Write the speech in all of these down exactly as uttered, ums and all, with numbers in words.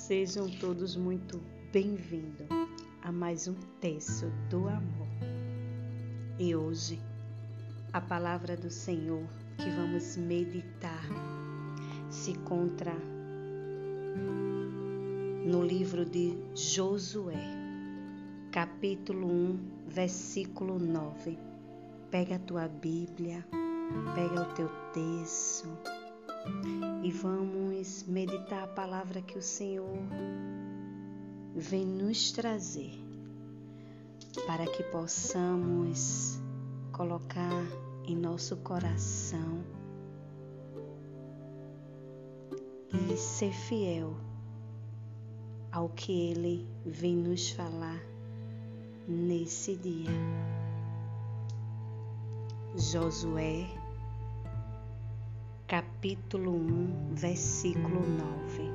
Sejam todos muito bem-vindos a mais um Terço do Amor. E hoje, a palavra do Senhor que vamos meditar se encontra no livro de Josué, capítulo um, versículo nove. Pega a tua Bíblia, pega o teu texto e vamos meditar a palavra que o Senhor vem nos trazer, para que possamos colocar em nosso coração e ser fiel ao que Ele vem nos falar nesse dia. Josué, capítulo um, versículo nove.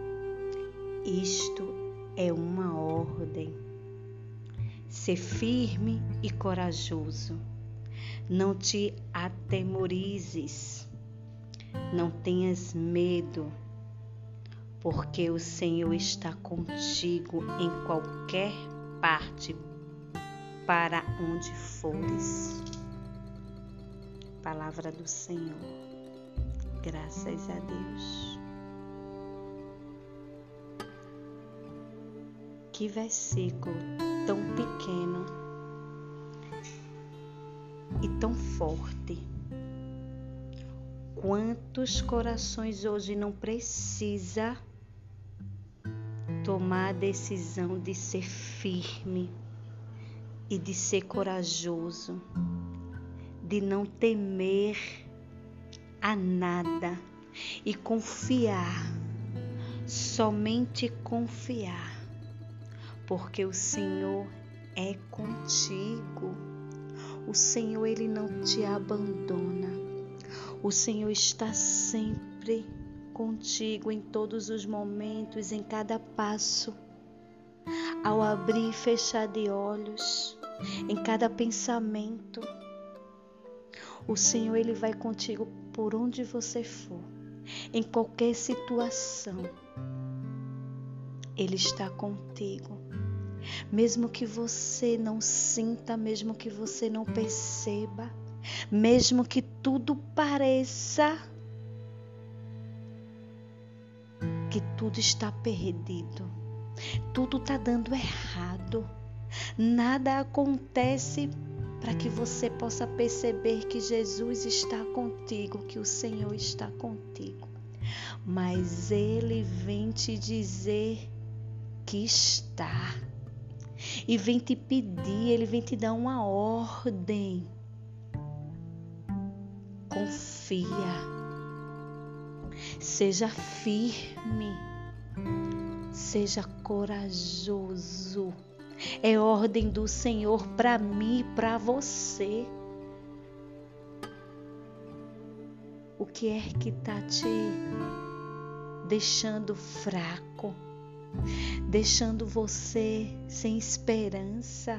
Isto é uma ordem. Ser firme e corajoso. Não te atemorizes. Não tenhas medo, porque o Senhor está contigo em qualquer parte para onde fores. Palavra do Senhor. Graças a Deus. Que versículo tão pequeno e tão forte. Quantos corações hoje não precisa tomar a decisão de ser firme e de ser corajoso, de não temer a nada e confiar, somente confiar, porque o Senhor é contigo. O Senhor, Ele não te abandona. O Senhor está sempre contigo em todos os momentos, em cada passo, ao abrir e fechar de olhos, em cada pensamento. O Senhor, Ele vai contigo por onde você for, em qualquer situação. Ele está contigo. Mesmo que você não sinta, mesmo que você não perceba, mesmo que tudo pareça que tudo está perdido, tudo está dando errado, nada acontece para que você possa perceber que Jesus está contigo, que o Senhor está contigo. Mas Ele vem te dizer que está. E vem te pedir, Ele vem te dar uma ordem. Confia. Seja firme. Seja corajoso. É ordem do Senhor para mim e para você. O que é que está te deixando fraco? Deixando você sem esperança?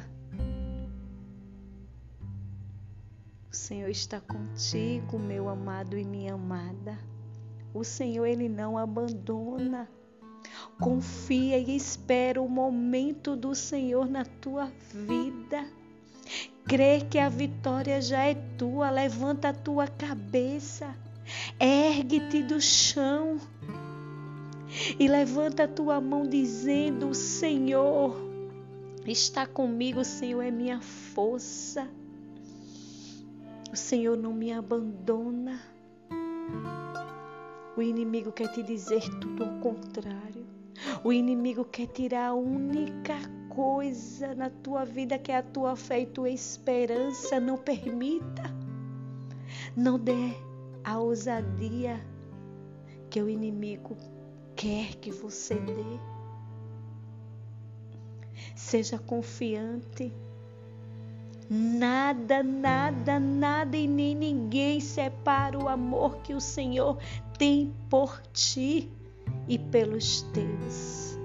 O Senhor está contigo, meu amado e minha amada. O Senhor, Ele não abandona. Confia e espera o momento do Senhor na tua vida. Crê que a vitória já é tua. Levanta a tua cabeça. Ergue-te do chão. E levanta a tua mão dizendo: o Senhor está comigo. O Senhor é minha força. O Senhor não me abandona. O inimigo quer te dizer tudo ao contrário. O inimigo quer tirar a única coisa na tua vida, que é a tua fé e tua esperança. Não permita. Não dê a ousadia que o inimigo quer que você dê. Seja confiante. Nada, nada, nada e nem ninguém separa o amor que o Senhor tem por ti e pelos teus.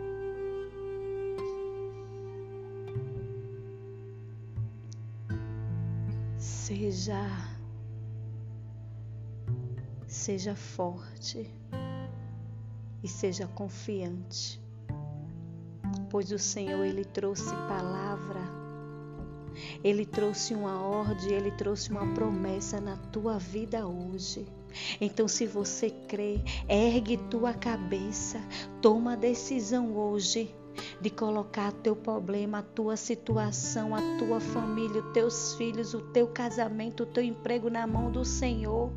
Seja, seja forte. e seja confiante, pois o Senhor, Ele trouxe palavra, Ele trouxe uma ordem, Ele trouxe uma promessa na tua vida hoje. Então, se você crê, ergue tua cabeça, toma a decisão hoje de colocar teu problema, a tua situação, a tua família, os teus filhos, o teu casamento, o teu emprego na mão do Senhor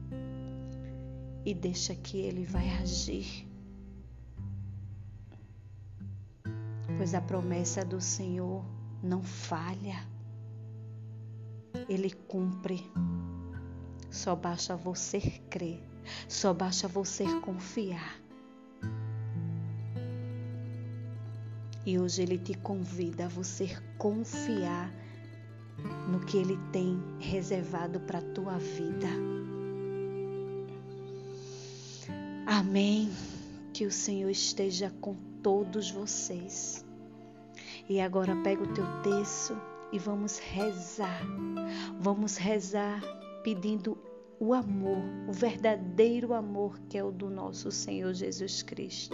e deixa que Ele vai agir. Pois a promessa do Senhor não falha, Ele cumpre. Só basta você crer, só basta você confiar. E hoje Ele te convida a você confiar no que Ele tem reservado para a tua vida. Amém. Que o Senhor esteja com todos vocês. E agora pega o teu texto e vamos rezar. Vamos rezar pedindo o amor, o verdadeiro amor que é o do nosso Senhor Jesus Cristo.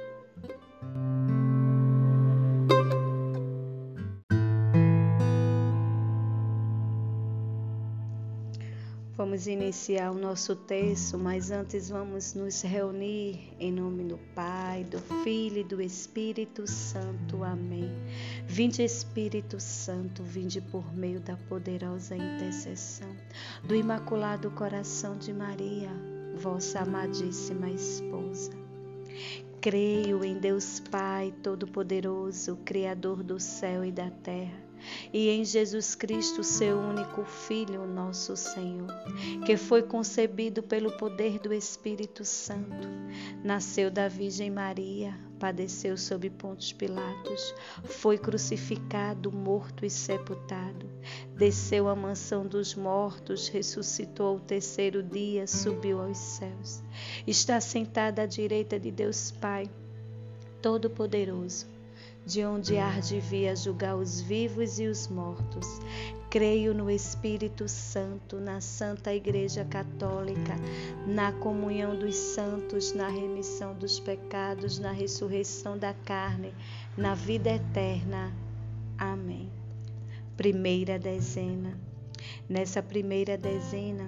Vamos iniciar o nosso texto, mas antes vamos nos reunir em nome do Pai, do Filho e do Espírito Santo. Amém. Vinde, Espírito Santo, vinde por meio da poderosa intercessão do Imaculado Coração de Maria, vossa amadíssima esposa. Creio em Deus Pai Todo-Poderoso, Criador do céu e da terra, e em Jesus Cristo, seu único Filho, nosso Senhor, que foi concebido pelo poder do Espírito Santo, nasceu da Virgem Maria, padeceu sob Pôncio Pilatos, foi crucificado, morto e sepultado, desceu à mansão dos mortos, ressuscitou ao terceiro dia, subiu aos céus, está sentado à direita de Deus Pai Todo-Poderoso, de onde há de vir a julgar os vivos e os mortos. Creio no Espírito Santo, na Santa Igreja Católica, na comunhão dos santos, na remissão dos pecados, na ressurreição da carne, na vida eterna. Amém. Primeira dezena. Nessa primeira dezena,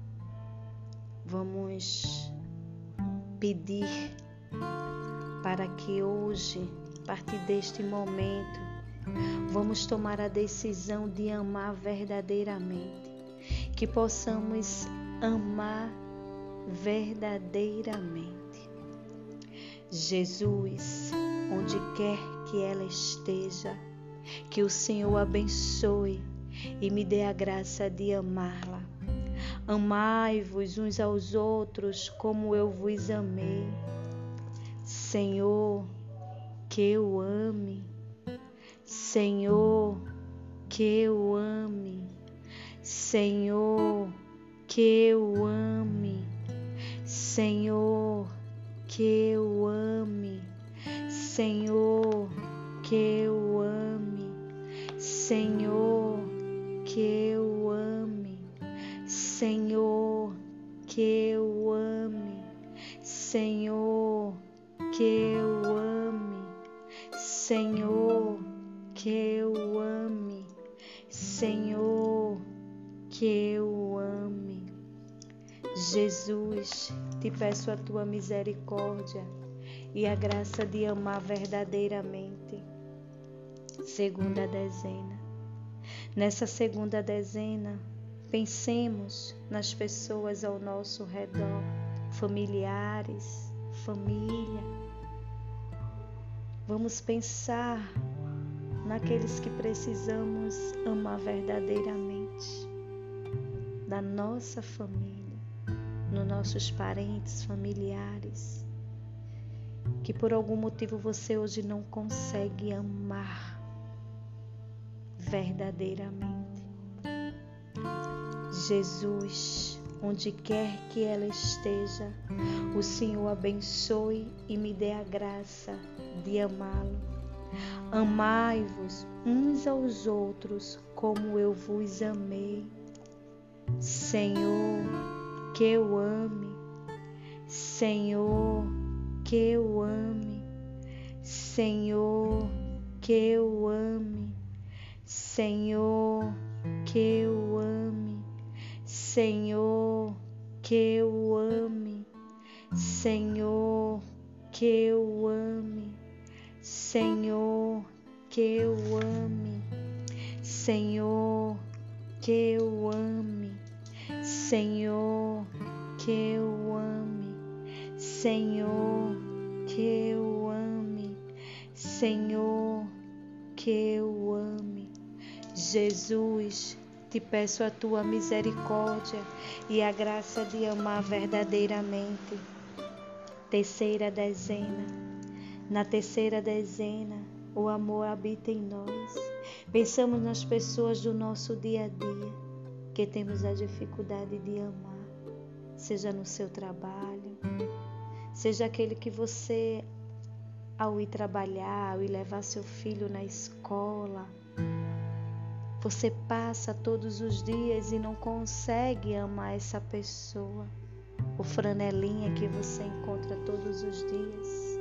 vamos pedir para que hoje, a partir deste momento, vamos tomar a decisão de amar verdadeiramente. Que possamos amar verdadeiramente. Jesus, onde quer que ela esteja, que o Senhor abençoe e me dê a graça de amá-la. Amai-vos uns aos outros como eu vos amei. Senhor, que eu ame, Senhor, que eu ame, Senhor, que eu ame, Senhor, que eu ame, Senhor, que eu ame, Senhor, que eu ame, Senhor, que eu ame, Senhor, que eu ame, Senhor, que eu ame, Senhor, que eu ame. Jesus, te peço a tua misericórdia e a graça de amar verdadeiramente. Segunda dezena. Nessa segunda dezena, pensemos nas pessoas ao nosso redor, familiares, família. Vamos pensar naqueles que precisamos amar verdadeiramente, da nossa família, nos nossos parentes, familiares, que por algum motivo você hoje não consegue amar verdadeiramente. Jesus, onde quer que ela esteja, o Senhor abençoe e me dê a graça de amá-lo. Amai-vos uns aos outros como eu vos amei. Senhor, que eu ame, Senhor, que eu ame, Senhor, que eu ame, Senhor, que eu ame, Senhor, que eu ame, Senhor, que eu ame, Senhor, que eu ame, Senhor, que eu ame, Senhor, que eu ame, Senhor, que eu ame, Senhor, que eu ame. Jesus, te peço a tua misericórdia e a graça de amar verdadeiramente. Terceira dezena. Na terceira dezena, o amor habita em nós. Pensamos nas pessoas do nosso dia a dia que temos a dificuldade de amar, seja no seu trabalho, seja aquele que você, ao ir trabalhar, ao ir levar seu filho na escola, você passa todos os dias e não consegue amar essa pessoa. O franelinha que você encontra todos os dias.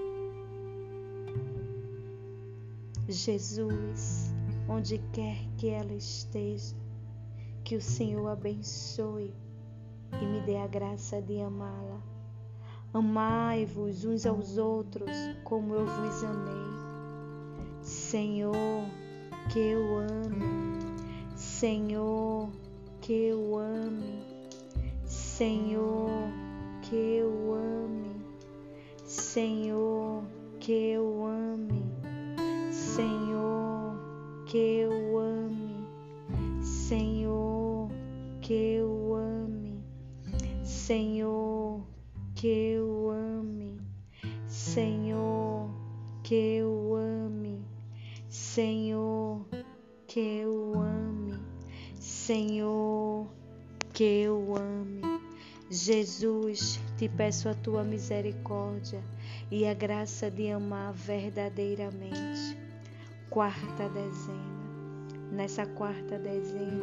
Jesus, onde quer que ela esteja, que o Senhor abençoe e me dê a graça de amá-la. Amai-vos uns aos outros como eu vos amei. Senhor, que eu ame, Senhor, que eu ame, Senhor, que eu ame, Senhor, que eu ame, Senhor, que eu ame, Senhor, que eu ame, Senhor, que eu ame, Senhor, que eu ame, Senhor, que eu ame, Senhor, que eu ame. Jesus, te peço a tua misericórdia e a graça de amar verdadeiramente. Quarta dezena. Nessa quarta dezena,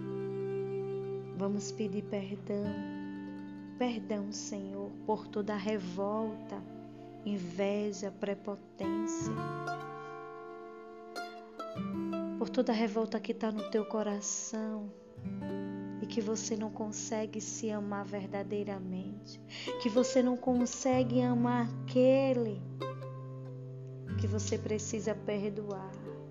vamos pedir perdão. Perdão, Senhor, por toda a revolta, inveja, prepotência, por toda a revolta que está no teu coração e que você não consegue se amar verdadeiramente, que você não consegue amar aquele que você precisa perdoar.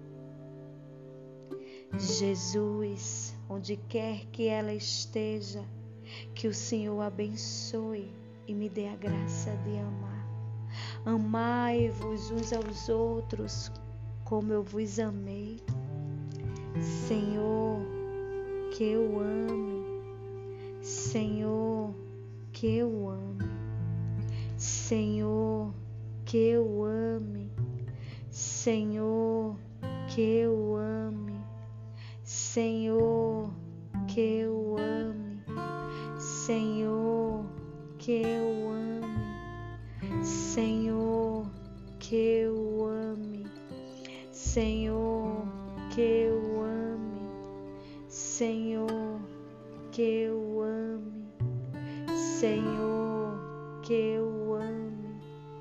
Jesus, onde quer que ela esteja, que o Senhor abençoe e me dê a graça de amar. Amai-vos uns aos outros como eu vos amei. Senhor, que eu ame, Senhor, que eu ame, Senhor, que eu ame, Senhor, que eu ame, Senhor, que eu ame, Senhor, que eu ame, Senhor, que eu ame, Senhor, que eu ame, Senhor, que eu ame, Senhor, que eu ame.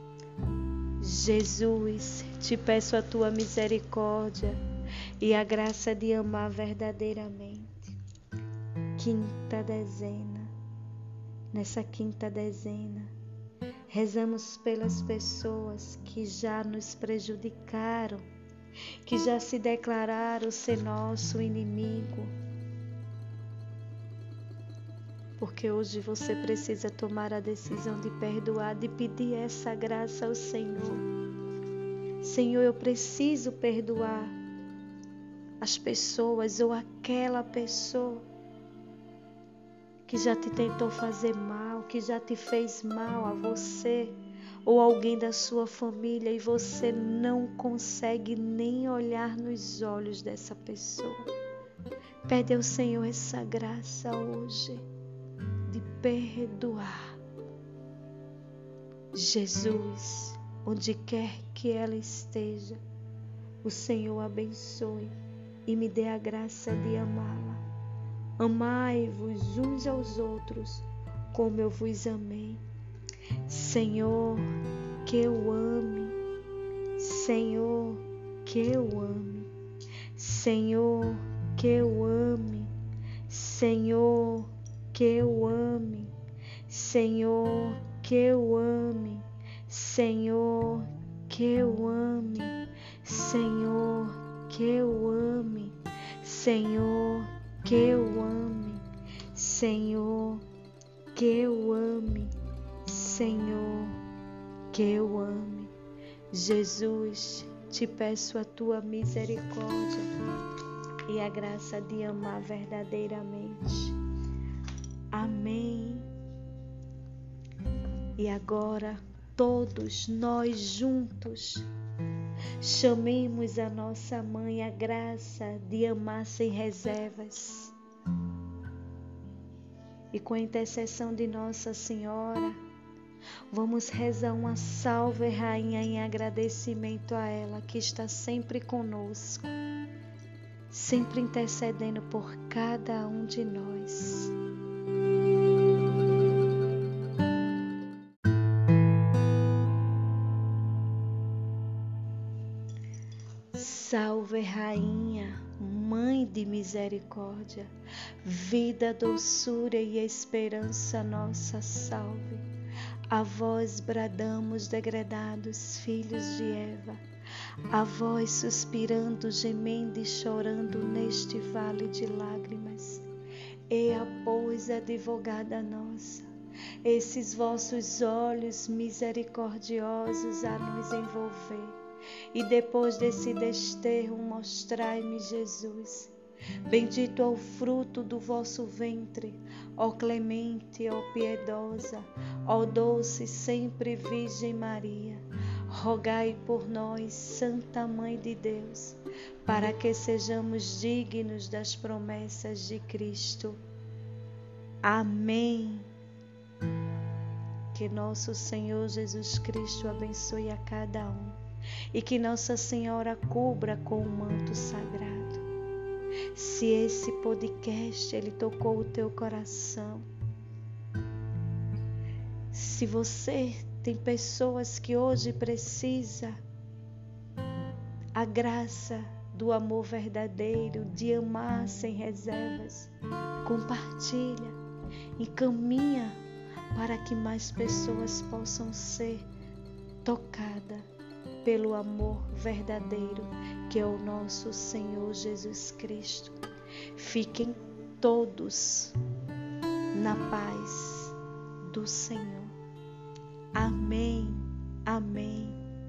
Jesus, te peço a tua misericórdia e a graça de amar verdadeiramente. Quinta dezena. Nessa quinta dezena, rezamos pelas pessoas que já nos prejudicaram, que já se declararam ser nosso inimigo. Porque hoje você precisa tomar a decisão de perdoar, de pedir essa graça ao Senhor. Senhor, eu preciso perdoar as pessoas ou aquela pessoa que já te tentou fazer mal, que já te fez mal a você ou alguém da sua família e você não consegue nem olhar nos olhos dessa pessoa. Pede ao Senhor essa graça hoje de perdoar. Jesus, onde quer que ela esteja, o Senhor abençoe e me dê a graça de amá-la. Amai-vos uns aos outros como eu vos amei. Senhor, que eu ame, Senhor, que eu ame, Senhor, que eu ame, Senhor, que eu ame, Senhor, que eu ame, Senhor, que eu ame, Senhor, que eu ame, Senhor, que eu ame, Senhor, que eu ame, Senhor, que eu ame. Jesus, te peço a tua misericórdia e a graça de amar verdadeiramente. Amém. E agora, todos nós juntos, chamemos a nossa mãe a graça de amar sem reservas. E com a intercessão de Nossa Senhora, vamos rezar uma salve, Rainha, em agradecimento a ela que está sempre conosco, sempre intercedendo por cada um de nós. Salve, Rainha, Mãe de misericórdia, vida, doçura e esperança nossa, salve. A vós bradamos, degredados filhos de Eva, a vós suspirando, gemendo e chorando neste vale de lágrimas. Eia, pois, advogada nossa, esses vossos olhos misericordiosos a nos envolver. E depois desse desterro, mostrai-me Jesus. Bendito é o fruto do vosso ventre, ó clemente, ó piedosa, ó doce sempre Virgem Maria. Rogai por nós, Santa Mãe de Deus, para que sejamos dignos das promessas de Cristo. Amém. Que nosso Senhor Jesus Cristo abençoe a cada um e que Nossa Senhora cubra com o manto sagrado. Se esse podcast ele tocou o teu coração, se você tem pessoas que hoje precisa a graça do amor verdadeiro, de amar sem reservas, compartilha, encaminha para que mais pessoas possam ser tocadas pelo amor verdadeiro que é o nosso Senhor Jesus Cristo. Fiquem todos na paz do Senhor. Amém, amém.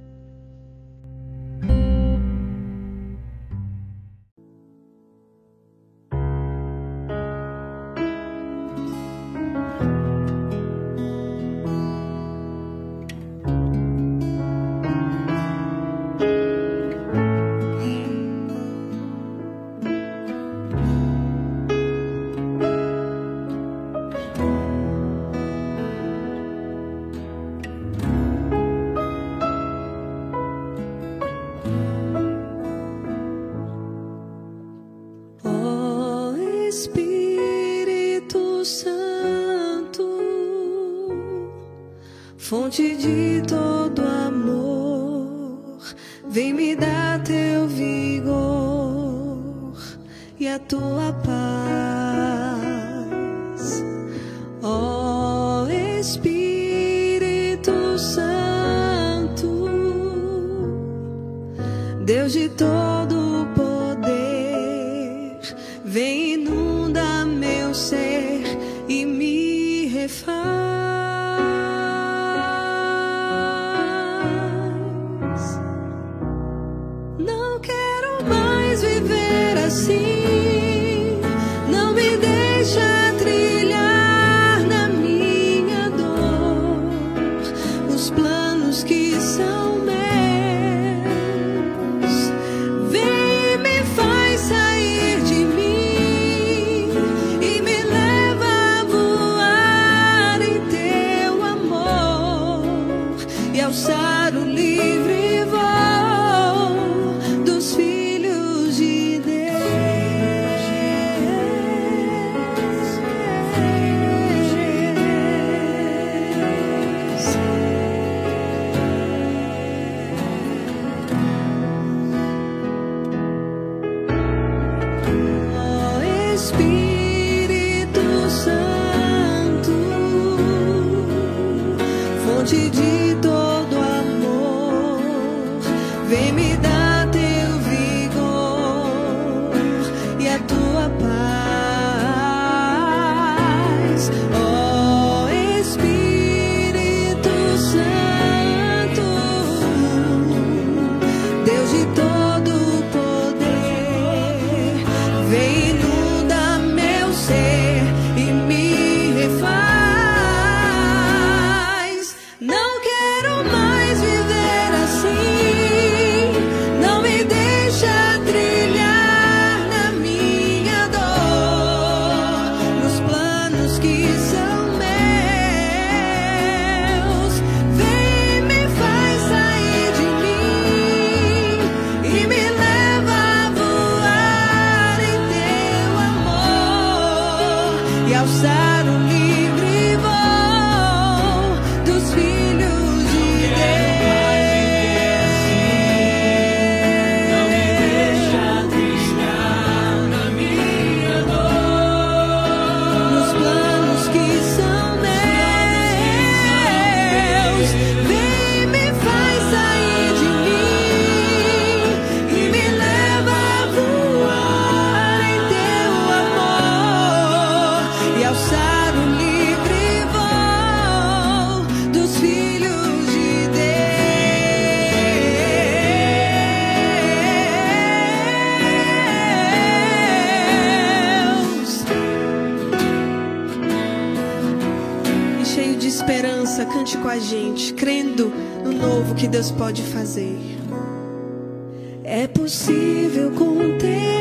Fonte de todo amor, vem me dar teu vigor e a tua paz. Ó Espírito Santo, Deus de todo poder, vem inunda meu ser e me refaz. Assim, não me deixa trilhar na minha dor os planos que são meus. Vem e me faz sair de mim e me leva a voar em teu amor e alçar o livre voo dos filhos de Deus. Espírito Santo, fonte de todo amor, vem me dar teu vigor e a tua paz. Ó Espírito Santo, Deus de todo poder, vem inunda meu ser e me refaz. Não quero mais viver assim, não me deixa trilhar na minha dor, nos planos que são meus. Vem, me faz sair de mim e me leva a voar em teu amor e alçar o livre voo dos filhos de Deus. Não me deixa trilhar na minha dor, nos planos que são meus. Vem, me faz sair de mim e me leva a voar em teu amor e alçar o livre voo dos filhos de Deus. E cheio de esperança, cante com a gente, crendo no novo que Deus pode fazer. É possível conter